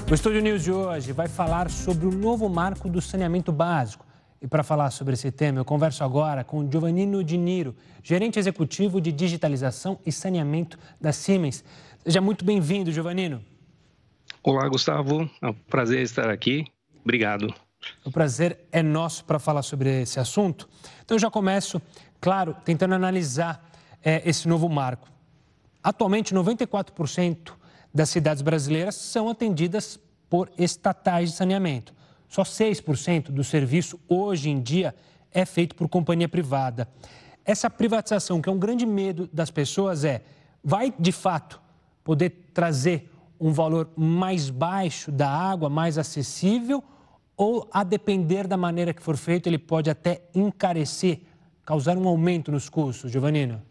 O Estúdio News de hoje vai falar sobre o novo marco do saneamento básico. E para falar sobre esse tema, eu converso agora com Giovannino Di Niro, gerente executivo de digitalização e saneamento da Siemens. Seja muito bem-vindo, Giovannino. Olá, Gustavo. É um prazer estar aqui. Obrigado. O prazer é nosso para falar sobre esse assunto. Então, eu já começo, claro, tentando analisar esse novo marco. Atualmente, 94% das cidades brasileiras são atendidas por estatais de saneamento. Só 6% do serviço, hoje em dia, é feito por companhia privada. Essa privatização, que é um grande medo das pessoas, vai, de fato, poder trazer um valor mais baixo da água, mais acessível, ou, a depender da maneira que for feito, ele pode até encarecer, causar um aumento nos custos, Giovannino?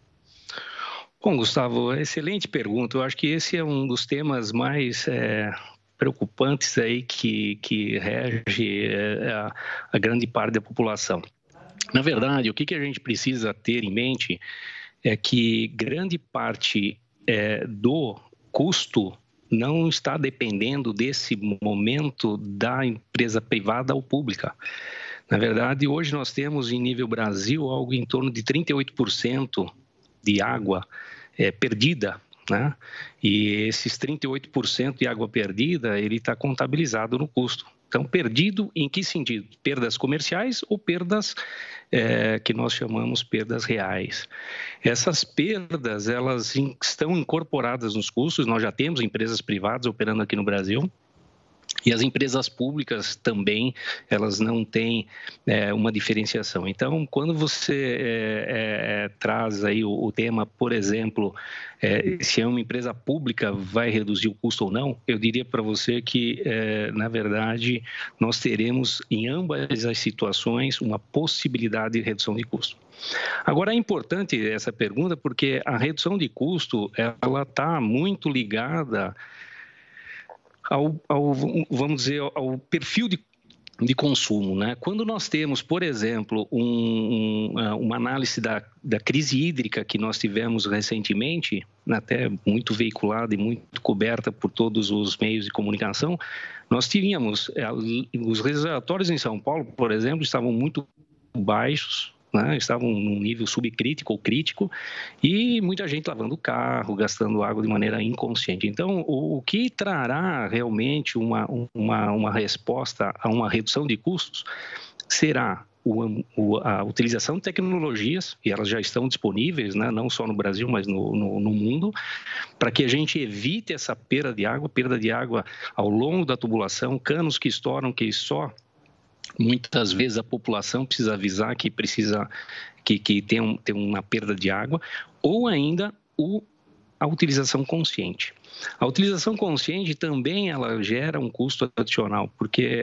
Bom, Gustavo, excelente pergunta. Eu acho que esse é um dos temas mais preocupantes aí que rege a grande parte da população. Na verdade, o que a gente precisa ter em mente é que grande parte do custo não está dependendo desse momento da empresa privada ou pública. Na verdade, hoje nós temos em nível Brasil algo em torno de 38% de água perdida, né? E esses 38% de água perdida, ele está contabilizado no custo. Então, perdido em que sentido? Perdas comerciais ou perdas que nós chamamos perdas reais? Essas perdas, elas estão incorporadas nos custos. Nós já temos empresas privadas operando aqui no Brasil. E as empresas públicas também, elas não têm uma diferenciação. Então, quando você traz aí o tema, por exemplo, se é uma empresa pública vai reduzir o custo ou não, eu diria para você que, na verdade, nós teremos em ambas as situações uma possibilidade de redução de custo. Agora, é importante essa pergunta porque a redução de custo, ela está muito ligada vamos dizer, ao perfil de consumo, né? Quando nós temos, por exemplo, uma análise da crise hídrica que nós tivemos recentemente, até muito veiculada e muito coberta por todos os meios de comunicação, nós tínhamos os reservatórios em São Paulo, por exemplo, estavam muito baixos, né? Estavam num nível subcrítico ou crítico e muita gente lavando o carro, gastando água de maneira inconsciente. Então, o que trará realmente uma resposta a uma redução de custos será a utilização de tecnologias, e elas já estão disponíveis, né? Não só no Brasil, mas no mundo, para que a gente evite essa perda de água ao longo da tubulação, canos que estouram, que só muitas vezes a população precisa avisar que tem uma perda de água, ou ainda a utilização consciente. A utilização consciente também ela gera um custo adicional, porque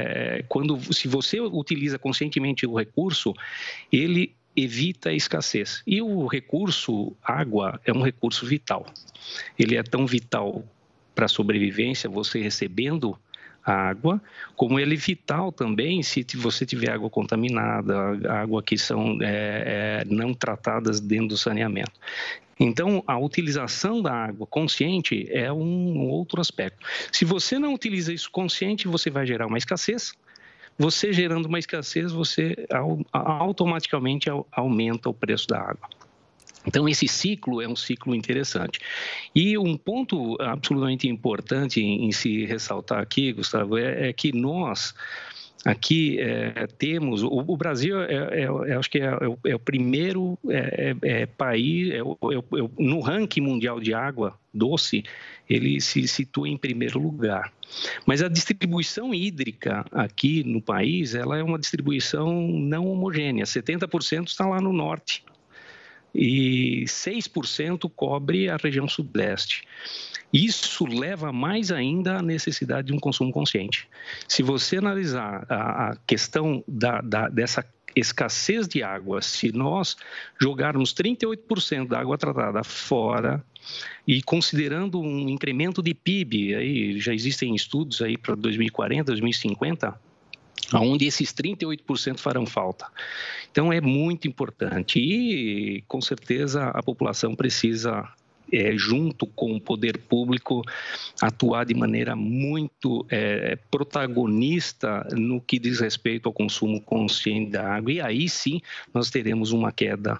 se você utiliza conscientemente o recurso, ele evita a escassez. E o recurso água é um recurso vital. Ele é tão vital para a sobrevivência, você recebendo a água, como ele é vital também se você tiver água contaminada, água que são não tratadas dentro do saneamento. Então, a utilização da água consciente é um outro aspecto. Se você não utiliza isso consciente, você vai gerar uma escassez. Você gerando uma escassez, você automaticamente aumenta o preço da água. Então, esse ciclo é um ciclo interessante. E um ponto absolutamente importante em se ressaltar aqui, Gustavo, é que nós aqui temos... O Brasil, acho que é o primeiro país, no ranking mundial de água doce, ele se situa em primeiro lugar. Mas a distribuição hídrica aqui no país, ela é uma distribuição não homogênea. 70% está lá no norte. E 6% cobre a região sudeste. Isso leva mais ainda à necessidade de um consumo consciente. Se você analisar a questão dessa escassez de água, se nós jogarmos 38% da água tratada fora e considerando um incremento de PIB, aí já existem estudos aí para 2040, 2050, onde esses 38% farão falta. Então, é muito importante e, com certeza, a população precisa junto com o poder público, atuar de maneira muito protagonista no que diz respeito ao consumo consciente da água. E aí sim nós teremos uma queda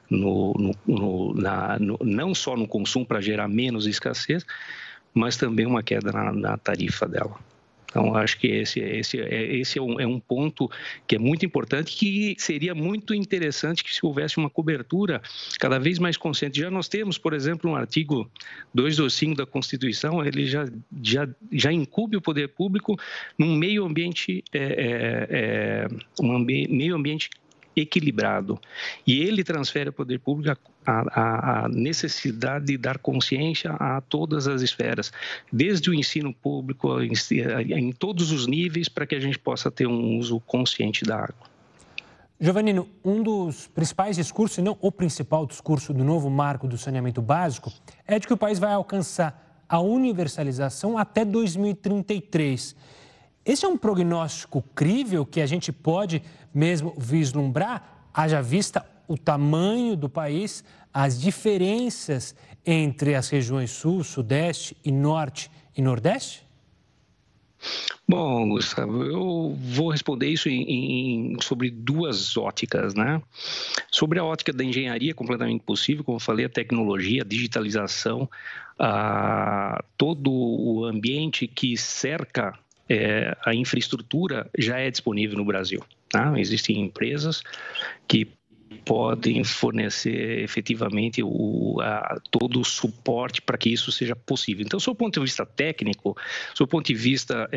não só no consumo para gerar menos escassez, mas também uma queda na tarifa dela. Então, acho que esse é um ponto que é muito importante, que seria muito interessante que se houvesse uma cobertura cada vez mais consciente. Já nós temos, por exemplo, um artigo 225 da Constituição, ele já incube o poder público num meio ambiente, meio ambiente equilibrado. E ele transfere ao poder público a necessidade de dar consciência a todas as esferas, desde o ensino público, em todos os níveis, para que a gente possa ter um uso consciente da água. Giovannino, um dos principais discursos, se não o principal discurso do novo marco do saneamento básico, é de que o país vai alcançar a universalização até 2033. Esse é um prognóstico crível que a gente pode mesmo vislumbrar, haja vista o tamanho do país, as diferenças entre as regiões Sul, Sudeste e Norte e Nordeste? Bom, Gustavo, eu vou responder isso sobre duas óticas, né? Sobre a ótica da engenharia, completamente possível, como eu falei, a tecnologia, a digitalização, todo o ambiente que cerca a infraestrutura já é disponível no Brasil. Tá? Existem empresas que podem fornecer efetivamente todo o suporte para que isso seja possível. Então, do ponto de vista técnico, do ponto de vista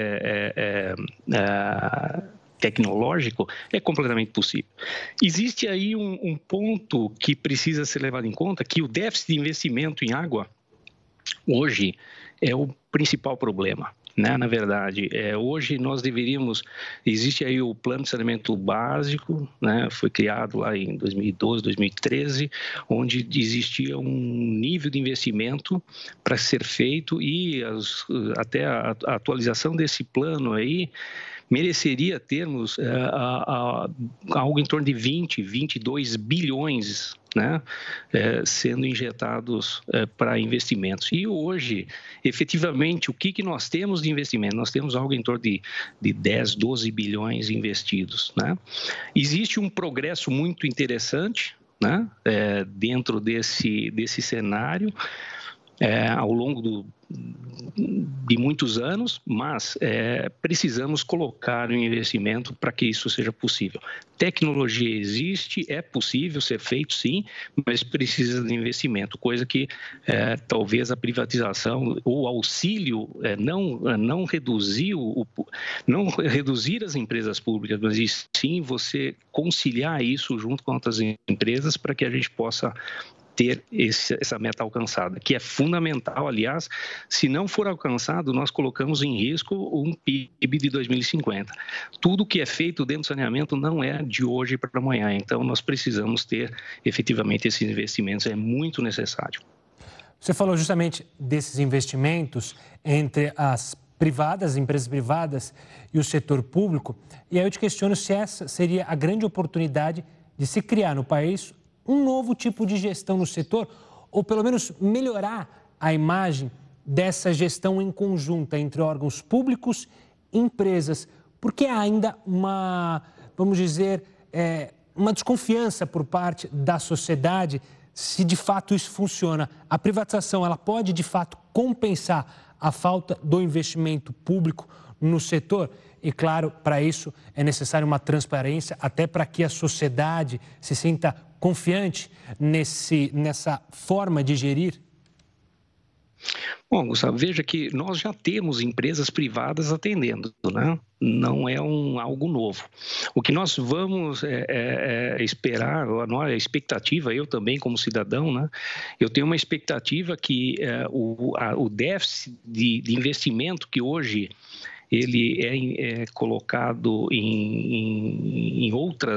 tecnológico, é completamente possível. Existe aí um ponto que precisa ser levado em conta, que o déficit de investimento em água, hoje, é o principal problema. Né? Na verdade, hoje nós deveríamos... Existe aí o Plano de Saneamento Básico, né? Foi criado lá em 2012, 2013, onde existia um nível de investimento para ser feito e até a atualização desse plano aí mereceria termos algo em torno de 22 bilhões, né, sendo injetados para investimentos. E hoje, efetivamente, o que nós temos de investimento? Nós temos algo em torno de 10, 12 bilhões investidos. Né? Existe um progresso muito interessante, né, dentro desse cenário, ao longo de muitos anos, mas precisamos colocar um investimento para que isso seja possível. Tecnologia existe, é possível ser feito sim, mas precisa de investimento, coisa que talvez a privatização ou auxílio não reduzir as empresas públicas, mas sim você conciliar isso junto com outras empresas para que a gente possa ter essa meta alcançada, que é fundamental. Aliás, se não for alcançado, nós colocamos em risco um PIB de 2050. Tudo que é feito dentro do saneamento não é de hoje para amanhã, então nós precisamos ter efetivamente esses investimentos, é muito necessário. Você falou justamente desses investimentos entre as empresas privadas e o setor público, e aí eu te questiono se essa seria a grande oportunidade de se criar no país um novo tipo de gestão no setor, ou pelo menos melhorar a imagem dessa gestão em conjunta entre órgãos públicos e empresas, porque há ainda vamos dizer, uma desconfiança por parte da sociedade se de fato isso funciona. A privatização, ela pode de fato compensar a falta do investimento público no setor? E, claro, para isso é necessário uma transparência, até para que a sociedade se sinta confiante nessa forma de gerir? Bom, Gustavo, veja que nós já temos empresas privadas atendendo, né? Não é algo novo. O que nós vamos esperar, a expectativa, eu também como cidadão, né? Eu tenho uma expectativa que o déficit de investimento que hoje ele é colocado em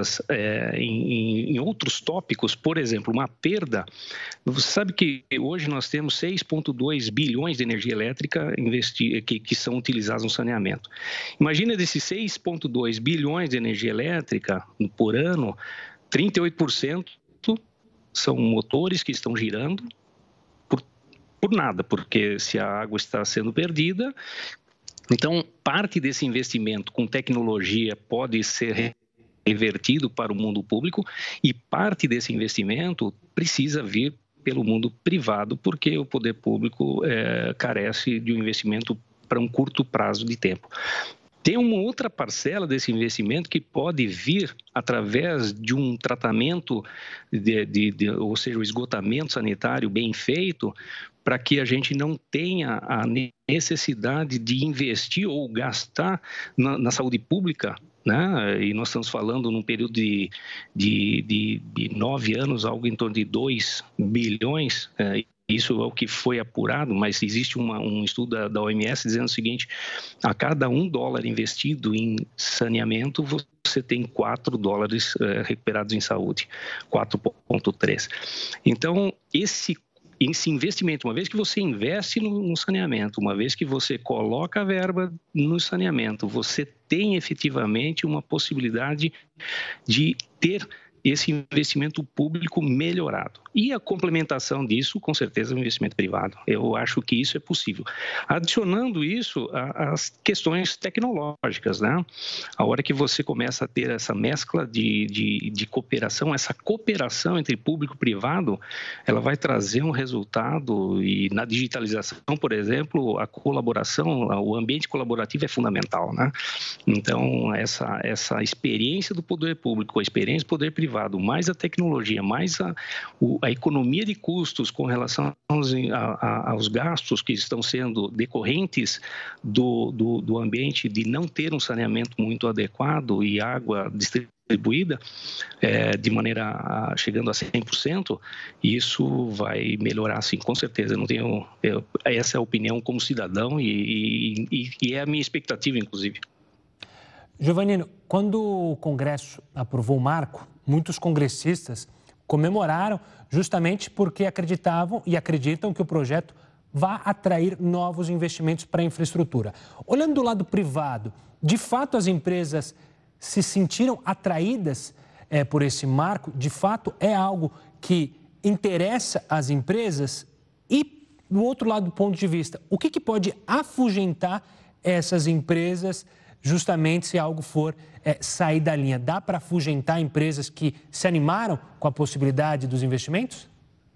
outros tópicos, por exemplo, uma perda. Você sabe que hoje nós temos 6,2 bilhões de energia elétrica que são utilizados no saneamento. Imagina desses 6,2 bilhões de energia elétrica por ano, 38% são motores que estão girando por por nada, porque se a água está sendo perdida, então parte desse investimento com tecnologia pode ser revertido para o mundo público e parte desse investimento precisa vir pelo mundo privado, porque o poder público carece de um investimento para um curto prazo de tempo. Tem uma outra parcela desse investimento que pode vir através de um tratamento, ou seja, o esgotamento sanitário bem feito, para que a gente não tenha a necessidade de investir ou gastar na saúde pública, né? E nós estamos falando num período de 9 anos, algo em torno de 2 bilhões. Isso é o que foi apurado, mas existe um estudo da OMS dizendo o seguinte: a cada $1 investido em saneamento, você tem $4 recuperados em saúde, 4,3. Então, esse investimento, uma vez que você investe no saneamento, uma vez que você coloca a verba no saneamento, você tem efetivamente uma possibilidade de ter esse investimento público melhorado. E a complementação disso, com certeza, é o investimento privado. Eu acho que isso é possível. Adicionando isso às questões tecnológicas, né? A hora que você começa a ter essa mescla de cooperação, essa cooperação entre público e privado, ela vai trazer um resultado. E na digitalização, por exemplo, a colaboração, o ambiente colaborativo é fundamental, né? Então, essa experiência do poder público, a experiência do poder privado, mais a tecnologia, mais a economia de custos com relação aos gastos que estão sendo decorrentes do ambiente de não ter um saneamento muito adequado e água distribuída de maneira chegando a 100%, isso vai melhorar, sim, com certeza. Essa é a opinião como cidadão e é a minha expectativa, inclusive. Giovannino, quando o Congresso aprovou o marco, muitos congressistas comemoraram justamente porque acreditavam e acreditam que o projeto vai atrair novos investimentos para a infraestrutura. Olhando do lado privado, de fato as empresas se sentiram atraídas por esse marco? De fato é algo que interessa às empresas? E do outro lado do ponto de vista, o que pode afugentar essas empresas justamente se algo for sair da linha? Dá para afugentar empresas que se animaram com a possibilidade dos investimentos?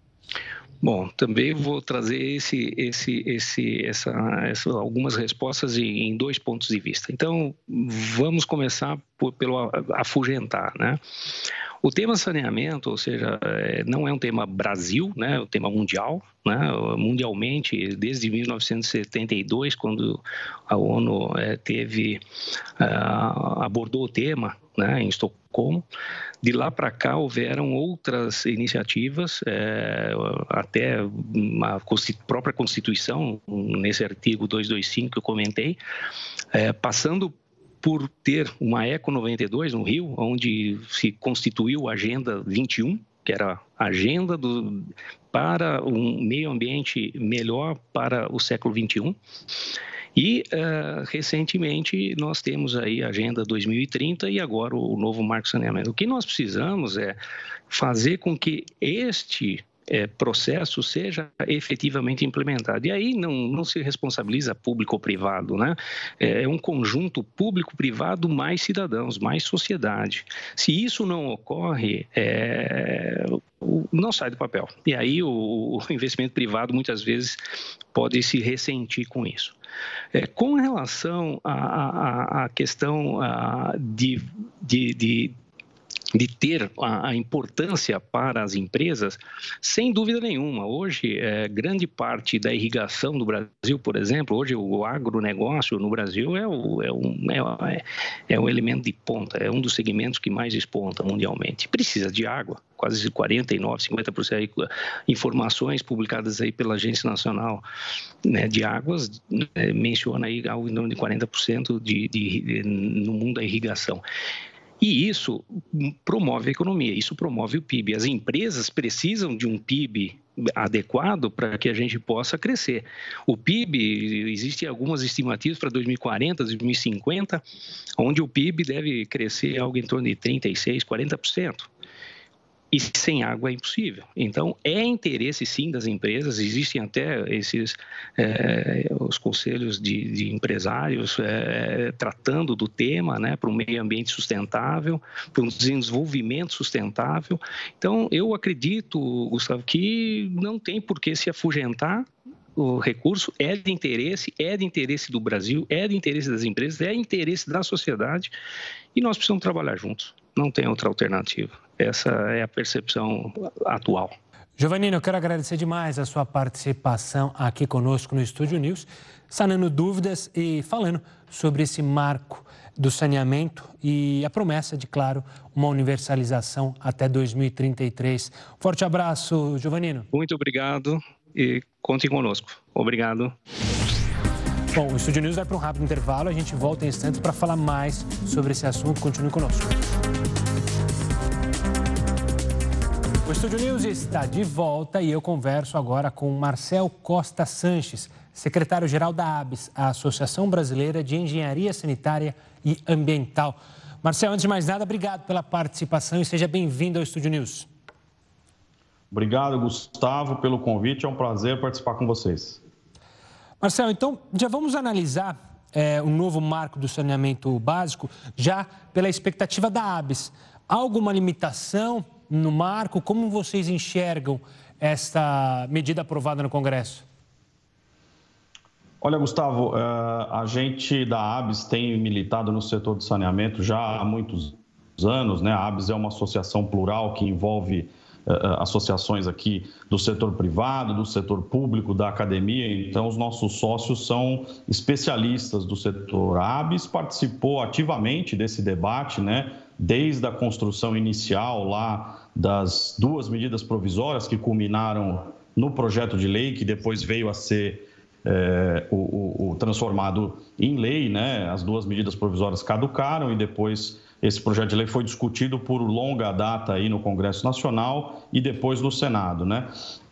Bom, também vou trazer algumas respostas em 2 pontos de vista. Então, vamos começar pelo afugentar, né? O tema saneamento, ou seja, não é um tema Brasil, né? É um tema mundial, né? Mundialmente, desde 1972, quando a ONU abordou o tema, né, em Estocolmo. De lá para cá houveram outras iniciativas, até a própria Constituição, nesse artigo 225 que eu comentei, passando por ter uma Eco 92 no Rio, onde se constituiu a Agenda 21, que era a agenda para um meio ambiente melhor para o século 21. E, recentemente, nós temos aí a Agenda 2030 e agora o novo Marco Saneamento. O que nós precisamos é fazer com que este processo seja efetivamente implementado. E aí não se responsabiliza público ou privado, né? É um conjunto público-privado mais cidadãos, mais sociedade. Se isso não ocorre, não sai do papel. E aí o investimento privado muitas vezes pode se ressentir com isso. Com relação à questão de ter a importância para as empresas, sem dúvida nenhuma. Hoje, grande parte da irrigação do Brasil, por exemplo, hoje o agronegócio no Brasil é um elemento de ponta, é um dos segmentos que mais desponta mundialmente. Precisa de água, quase 49%, 50% informações publicadas aí pela Agência Nacional, né, de Águas, menciona aí algo em torno de 40% no mundo da irrigação. E isso promove a economia, isso promove o PIB. As empresas precisam de um PIB adequado para que a gente possa crescer. O PIB, existem algumas estimativas para 2040, 2050, onde o PIB deve crescer algo em torno de 36%, 40%. E sem água é impossível. Então, é interesse, sim, das empresas. Existem até os conselhos de empresários tratando do tema, né, para um meio ambiente sustentável, para um desenvolvimento sustentável. Então, eu acredito, Gustavo, que não tem por que se afugentar. O recurso é de interesse do Brasil, é de interesse das empresas, é de interesse da sociedade e nós precisamos trabalhar juntos. Não tem outra alternativa. Essa é a percepção atual. Giovannino, eu quero agradecer demais a sua participação aqui conosco no Estúdio News, sanando dúvidas e falando sobre esse marco do saneamento e a promessa de, claro, uma universalização até 2033. Forte abraço, Giovannino. Muito obrigado e contem conosco. Obrigado. Bom, o Estúdio News vai para um rápido intervalo. A gente volta em instantes para falar mais sobre esse assunto. Continue conosco. O Estúdio News está de volta e eu converso agora com Marcel Costa Sanches, secretário-geral da ABS, a Associação Brasileira de Engenharia Sanitária e Ambiental. Marcel, antes de mais nada, obrigado pela participação e seja bem-vindo ao Estúdio News. Obrigado, Gustavo, pelo convite. É um prazer participar com vocês. Marcel, então, já vamos analisar o novo marco do saneamento básico, já pela expectativa da ABS. Há alguma limitação no marco? Como vocês enxergam esta medida aprovada no Congresso? Olha, Gustavo, a gente da ABS tem militado no setor de saneamento já há muitos anos, né? A ABS é uma associação plural que envolve associações aqui do setor privado, do setor público, da academia. Então, os nossos sócios são especialistas do setor. A ABS participou ativamente desse debate, né? Desde a construção inicial lá das duas medidas provisórias que culminaram no projeto de lei, que depois veio a ser transformado em lei, né? As duas medidas provisórias caducaram e depois esse projeto de lei foi discutido por longa data aí no Congresso Nacional e depois no Senado, né?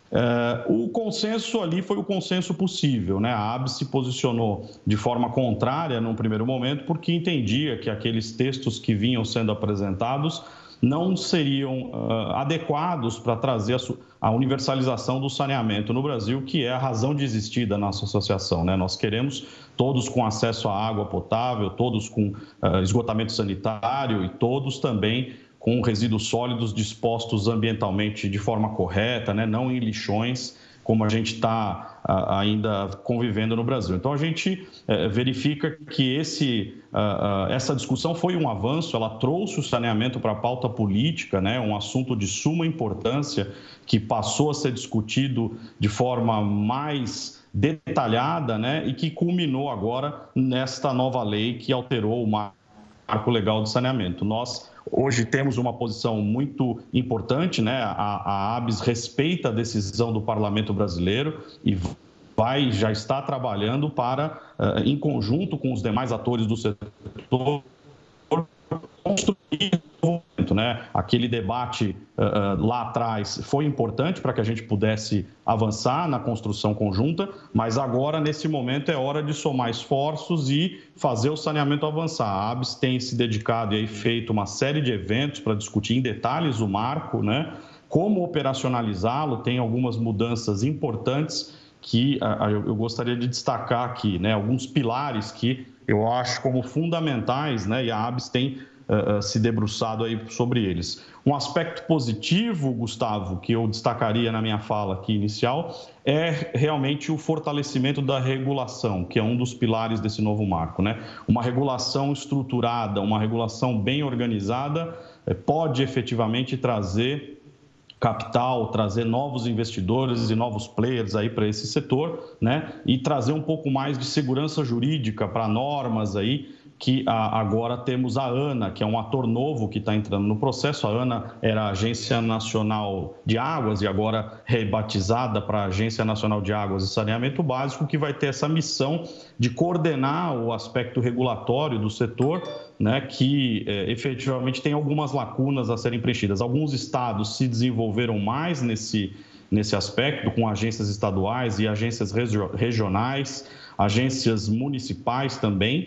O consenso ali foi o consenso possível, né? A ABS se posicionou de forma contrária num primeiro momento porque entendia que aqueles textos que vinham sendo apresentados não seriam adequados para trazer a universalização do saneamento no Brasil, que é a razão de existir da nossa associação, né? Nós queremos todos com acesso à água potável, todos com esgotamento sanitário e todos também com resíduos sólidos dispostos ambientalmente de forma correta, né? Não em lixões, como a gente está ainda convivendo no Brasil. Então, a gente verifica que essa discussão foi um avanço, ela trouxe o saneamento para a pauta política, né? Um assunto de suma importância que passou a ser discutido de forma mais detalhada, né? E que culminou agora nesta nova lei que alterou o marco legal de saneamento. Nós hoje temos uma posição muito importante, né? A ABS respeita a decisão do Parlamento brasileiro e já está trabalhando para, em conjunto com os demais atores do setor, construir o desenvolvimento, né? Aquele debate lá atrás foi importante para que a gente pudesse avançar na construção conjunta, mas agora, nesse momento, é hora de somar esforços e fazer o saneamento avançar. A ABS tem se dedicado e feito uma série de eventos para discutir em detalhes o marco, né? Como operacionalizá-lo, tem algumas mudanças importantes que eu gostaria de destacar aqui, né? Alguns pilares que eu acho como fundamentais, né? E a ABS tem se debruçado aí sobre eles. Um aspecto positivo, Gustavo, que eu destacaria na minha fala aqui inicial, é realmente o fortalecimento da regulação, que é um dos pilares desse novo marco, né? Uma regulação estruturada, uma regulação bem organizada pode efetivamente trazer capital, trazer novos investidores e novos players aí para esse setor, né? E trazer um pouco mais de segurança jurídica para normas aí, que agora temos a ANA, que é um ator novo que está entrando no processo. A ANA era a Agência Nacional de Águas e agora rebatizada para a Agência Nacional de Águas e Saneamento Básico, que vai ter essa missão de coordenar o aspecto regulatório do setor, né, que efetivamente tem algumas lacunas a serem preenchidas. Alguns estados se desenvolveram mais nesse aspecto, com agências estaduais e agências regionais, agências municipais também.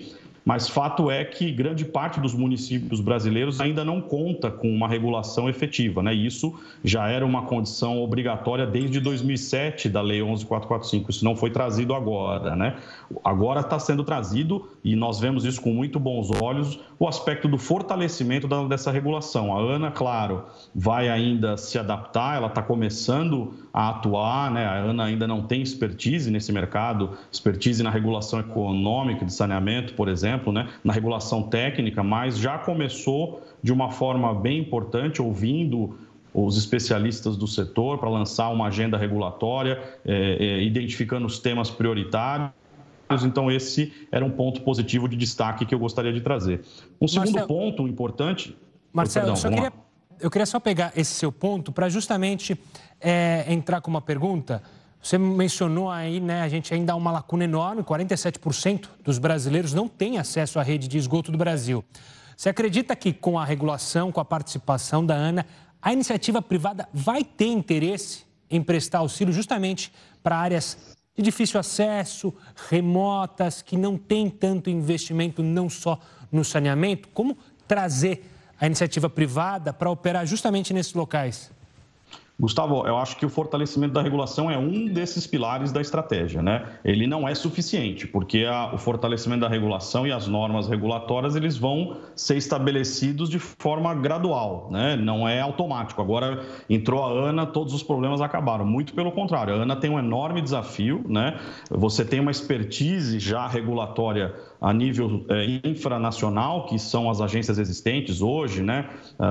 mas fato é que grande parte dos municípios brasileiros ainda não conta com uma regulação efetiva, né? E isso já era uma condição obrigatória desde 2007 da Lei 11.445, isso não foi trazido agora, né? Agora está sendo trazido, e nós vemos isso com muito bons olhos, o aspecto do fortalecimento dessa regulação. A ANA, claro, vai ainda se adaptar, ela está começando a atuar, né? A ANA ainda não tem expertise nesse mercado, expertise na regulação econômica de saneamento, por exemplo, né? Na regulação técnica, mas já começou de uma forma bem importante, ouvindo os especialistas do setor para lançar uma agenda regulatória, identificando os temas prioritários. Então, esse era um ponto positivo de destaque que eu gostaria de trazer. Um segundo ponto importante... Marcelo, eu queria só pegar esse seu ponto para justamente entrar com uma pergunta. Você mencionou aí, né, a gente ainda há uma lacuna enorme, 47% dos brasileiros não têm acesso à rede de esgoto do Brasil. Você acredita que com a regulação, com a participação da ANA, a iniciativa privada vai ter interesse em prestar auxílio justamente para áreas de difícil acesso, remotas, que não têm tanto investimento não só no saneamento? Como trazer a iniciativa privada para operar justamente nesses locais? Gustavo, eu acho que o fortalecimento da regulação é um desses pilares da estratégia, né? Ele não é suficiente, porque o fortalecimento da regulação e as normas regulatórias, eles vão ser estabelecidos de forma gradual, né? Não é automático. Agora, entrou a ANA, todos os problemas acabaram. Muito pelo contrário, a ANA tem um enorme desafio, né? Você tem uma expertise já regulatória a nível infranacional, que são as agências existentes hoje, né?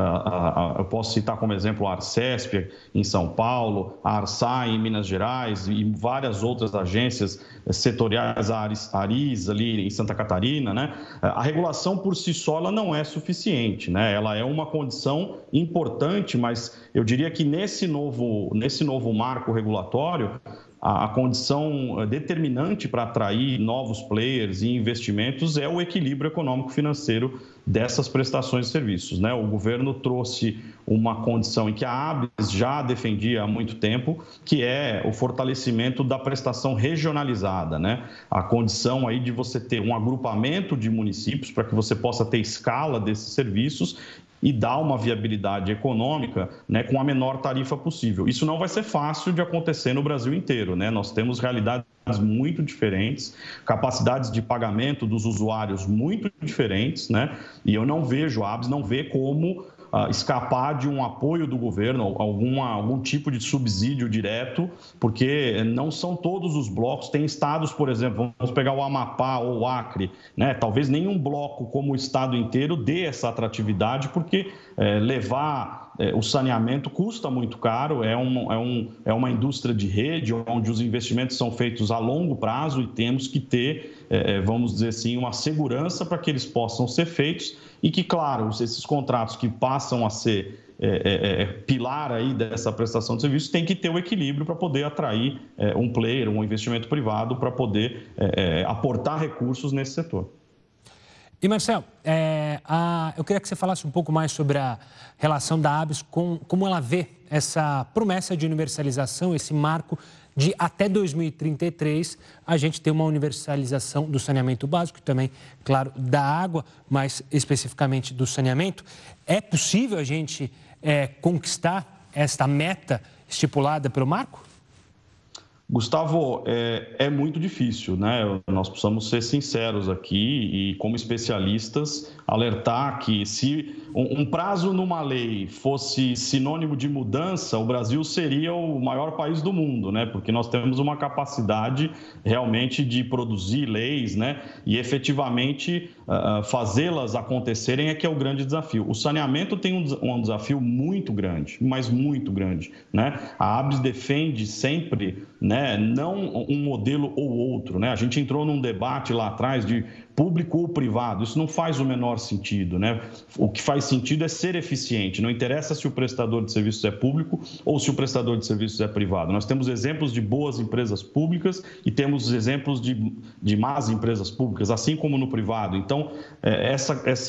Eu posso citar como exemplo a Arcesp em São Paulo, a Arsai em Minas Gerais e várias outras agências setoriais, a Aris ali em Santa Catarina, né? A regulação por si só ela não é suficiente, né? Ela é uma condição importante, mas eu diria que nesse novo marco regulatório, a condição determinante para atrair novos players e investimentos é o equilíbrio econômico-financeiro dessas prestações de serviços, né? O governo trouxe uma condição em que a ABS já defendia há muito tempo, que é o fortalecimento da prestação regionalizada, né? A condição aí de você ter um agrupamento de municípios para que você possa ter escala desses serviços e dar uma viabilidade econômica, né, com a menor tarifa possível. Isso não vai ser fácil de acontecer no Brasil inteiro, né? Nós temos realidades muito diferentes, capacidades de pagamento dos usuários muito diferentes, né? E eu não vejo, a ABS não vê como escapar de um apoio do governo, algum tipo de subsídio direto, porque não são todos os blocos. Tem estados, por exemplo, vamos pegar o Amapá ou o Acre, né? Talvez nenhum bloco como o estado inteiro dê essa atratividade, porque levar o saneamento custa muito caro, é uma indústria de rede onde os investimentos são feitos a longo prazo e temos que ter, vamos dizer assim, uma segurança para que eles possam ser feitos e que, claro, esses contratos que passam a ser pilar aí dessa prestação de serviços tem que ter o equilíbrio para poder atrair um player, um investimento privado para poder aportar recursos nesse setor. E, Marcelo, eu queria que você falasse um pouco mais sobre a relação da ABS, como ela vê essa promessa de universalização, esse marco de até 2033 a gente ter uma universalização do saneamento básico e também, claro, da água, mas especificamente do saneamento. É possível a gente conquistar esta meta estipulada pelo marco? Gustavo, é muito difícil, né? Nós precisamos ser sinceros aqui e, como especialistas, alertar que se um prazo numa lei fosse sinônimo de mudança, o Brasil seria o maior país do mundo, né? Porque nós temos uma capacidade realmente de produzir leis, né? E efetivamente fazê-las acontecerem é que é o grande desafio. O saneamento tem um desafio muito grande, mas muito grande, né? A ABS defende sempre, né, não um modelo ou outro, né? A gente entrou num debate lá atrás de público ou privado, isso não faz o menor sentido, né? O que faz sentido é ser eficiente, não interessa se o prestador de serviços é público ou se o prestador de serviços é privado. Nós temos exemplos de boas empresas públicas e temos exemplos de más empresas públicas, assim como no privado. Então,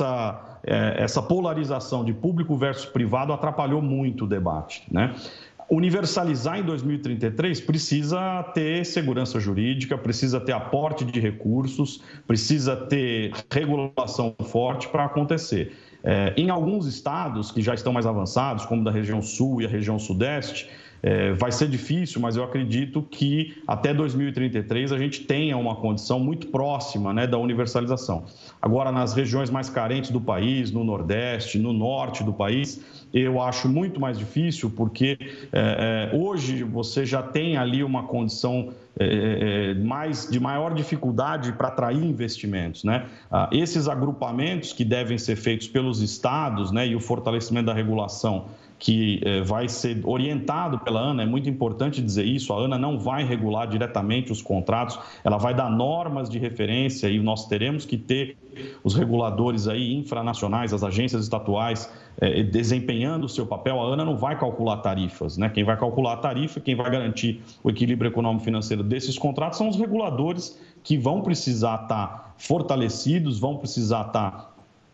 essa polarização de público versus privado atrapalhou muito o debate, né? Universalizar em 2033 precisa ter segurança jurídica, precisa ter aporte de recursos, precisa ter regulação forte para acontecer. Em alguns estados que já estão mais avançados, como da região sul e a região sudeste, vai ser difícil, mas eu acredito que até 2033 a gente tenha uma condição muito próxima, né, da universalização. Agora, nas regiões mais carentes do país, no Nordeste, no Norte do país, eu acho muito mais difícil, porque hoje você já tem ali uma condição de maior dificuldade para atrair investimentos, né? Esses agrupamentos que devem ser feitos pelos estados, né, e o fortalecimento da regulação que vai ser orientado pela ANA, é muito importante dizer isso, a ANA não vai regular diretamente os contratos, ela vai dar normas de referência e nós teremos que ter os reguladores aí infranacionais, as agências estatuais desempenhando o seu papel. A ANA não vai calcular tarifas, né? Quem vai calcular a tarifa, quem vai garantir o equilíbrio econômico-financeiro desses contratos são os reguladores, que vão precisar estar fortalecidos, vão precisar estar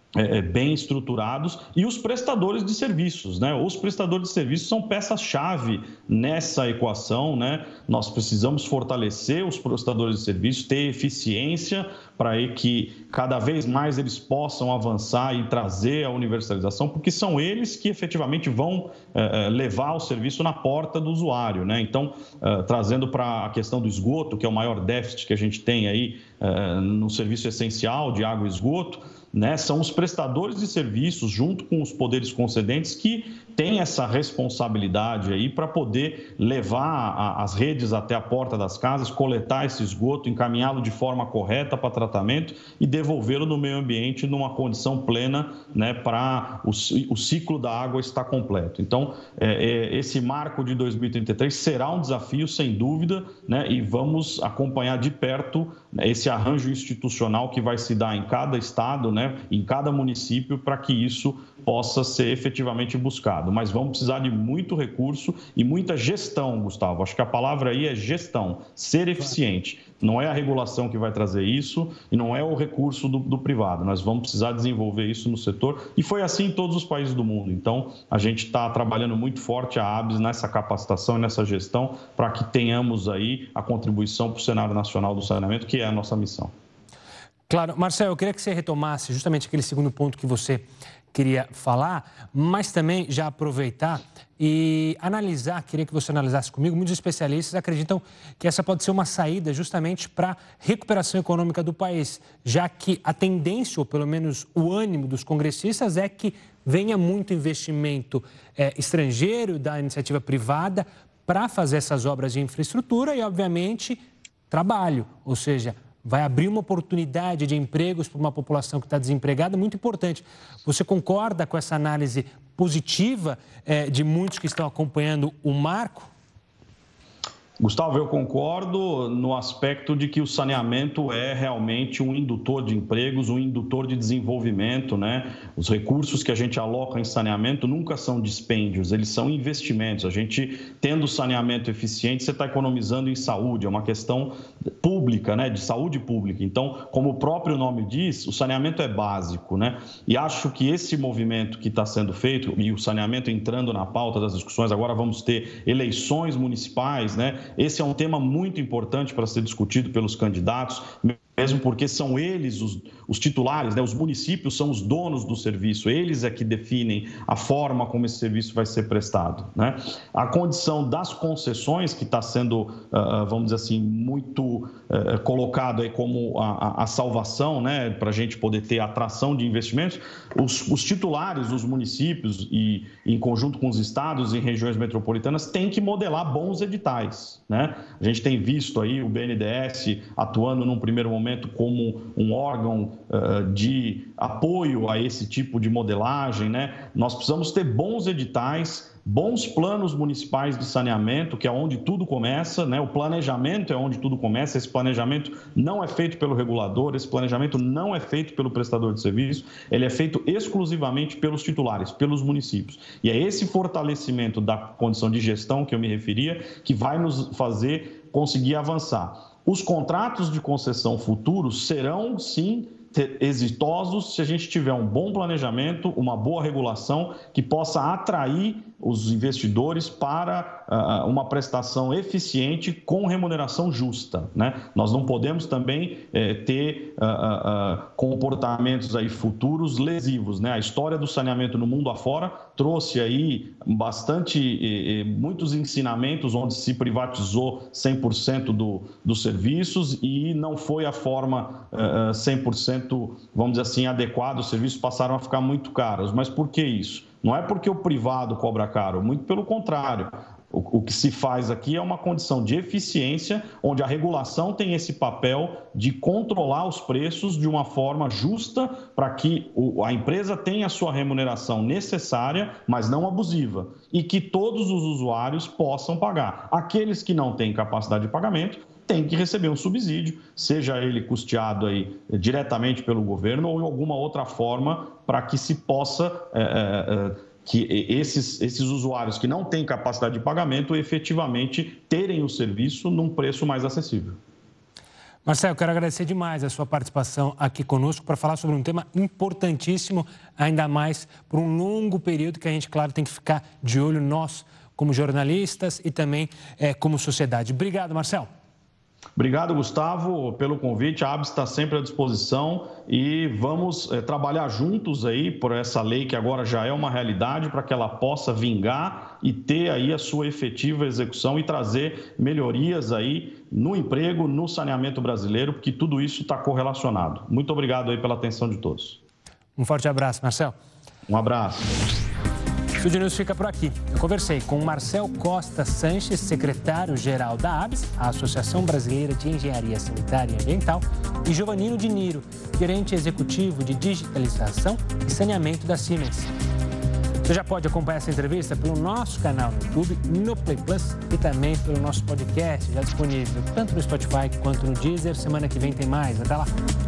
bem estruturados, e os prestadores de serviços, né? Os prestadores de serviços são peças-chave nessa equação, né? Nós precisamos fortalecer os prestadores de serviços, ter eficiência para que cada vez mais eles possam avançar e trazer a universalização, porque são eles que efetivamente vão levar o serviço na porta do usuário, né? Então, trazendo para a questão do esgoto, que é o maior déficit que a gente tem aí no serviço essencial de água e esgoto, né? São os prestadores de serviços, junto com os poderes concedentes, que têm essa responsabilidade aí para poder levar as redes até a porta das casas, coletar esse esgoto, encaminhá-lo de forma correta para tratamento e devolvê-lo no meio ambiente numa condição plena, né, para o ciclo da água estar completo. Então, esse marco de 2033 será um desafio, sem dúvida, né, e vamos acompanhar de perto esse arranjo institucional que vai se dar em cada estado, né, em cada município, para que isso possa ser efetivamente buscado. Mas vamos precisar de muito recurso e muita gestão, Gustavo. Acho que a palavra aí é gestão, ser eficiente. Não é a regulação que vai trazer isso e não é o recurso do privado. Nós vamos precisar desenvolver isso no setor, e foi assim em todos os países do mundo. Então, a gente está trabalhando muito forte, a ABS, nessa capacitação e nessa gestão, para que tenhamos aí a contribuição para o cenário nacional do saneamento, que é a nossa missão. Claro. Marcelo, eu queria que você retomasse justamente aquele segundo ponto que você queria falar, mas também já aproveitar e analisar, queria que você analisasse comigo, muitos especialistas acreditam que essa pode ser uma saída justamente para a recuperação econômica do país, já que a tendência, ou pelo menos o ânimo dos congressistas, é que venha muito investimento estrangeiro da iniciativa privada para fazer essas obras de infraestrutura e, obviamente, trabalho, ou seja, vai abrir uma oportunidade de empregos para uma população que está desempregada, muito importante. Você concorda com essa análise positiva de muitos que estão acompanhando o marco? Gustavo, eu concordo no aspecto de que o saneamento é realmente um indutor de empregos, um indutor de desenvolvimento, né? Os recursos que a gente aloca em saneamento nunca são dispêndios, eles são investimentos. A gente, tendo saneamento eficiente, você está economizando em saúde, é uma questão pública, né? De saúde pública. Então, como o próprio nome diz, o saneamento é básico, né? E acho que esse movimento que está sendo feito, e o saneamento entrando na pauta das discussões, agora vamos ter eleições municipais, né? Esse é um tema muito importante para ser discutido pelos candidatos, mesmo porque são eles os titulares, né? Os municípios são os donos do serviço, eles é que definem a forma como esse serviço vai ser prestado, né? A condição das concessões, que está sendo, vamos dizer assim, muito colocado aí como a salvação, né? Para a gente poder ter atração de investimentos, os titulares dos municípios e em conjunto com os estados e regiões metropolitanas têm que modelar bons editais, né? A gente tem visto aí o BNDES atuando num primeiro momento como um órgão de apoio a esse tipo de modelagem, né? Nós precisamos ter bons editais, bons planos municipais de saneamento, que é onde tudo começa, né? O planejamento é onde tudo começa. Esse planejamento não é feito pelo regulador, esse planejamento não é feito pelo prestador de serviço, ele é feito exclusivamente pelos titulares, pelos municípios. E é esse fortalecimento da condição de gestão que eu me referia que vai nos fazer conseguir avançar. Os contratos de concessão futuros serão, sim, exitosos se a gente tiver um bom planejamento, uma boa regulação que possa atrair os investidores para uma prestação eficiente com remuneração justa, né? Nós não podemos também ter comportamentos aí futuros lesivos, né? A história do saneamento no mundo afora trouxe aí muitos ensinamentos onde se privatizou 100% dos serviços e não foi a forma 100%, vamos dizer assim, adequada. Os serviços passaram a ficar muito caros. Mas por que isso? Não é porque o privado cobra caro, muito pelo contrário. O que se faz aqui é uma condição de eficiência, onde a regulação tem esse papel de controlar os preços de uma forma justa para que a empresa tenha a sua remuneração necessária, mas não abusiva, e que todos os usuários possam pagar. Aqueles que não têm capacidade de pagamento têm que receber um subsídio, seja ele custeado aí diretamente pelo governo ou em alguma outra forma para que se possa... que esses usuários que não têm capacidade de pagamento efetivamente terem o serviço num preço mais acessível. Marcelo, eu quero agradecer demais a sua participação aqui conosco para falar sobre um tema importantíssimo, ainda mais por um longo período que a gente, claro, tem que ficar de olho nós, como jornalistas e também como sociedade. Obrigado, Marcelo. Obrigado, Gustavo, pelo convite. A ABS está sempre à disposição e vamos trabalhar juntos aí por essa lei que agora já é uma realidade para que ela possa vingar e ter aí a sua efetiva execução e trazer melhorias aí no emprego, no saneamento brasileiro, porque tudo isso está correlacionado. Muito obrigado aí pela atenção de todos. Um forte abraço, Marcelo. Um abraço. O Estúdio News fica por aqui. Eu conversei com Marcel Costa Sanches, secretário-geral da ABS, a Associação Brasileira de Engenharia Sanitária e Ambiental, e Giovannino Di Niro, gerente executivo de digitalização e saneamento da Siemens. Você já pode acompanhar essa entrevista pelo nosso canal no YouTube, no Play Plus e também pelo nosso podcast, já disponível tanto no Spotify quanto no Deezer. Semana que vem tem mais. Até lá!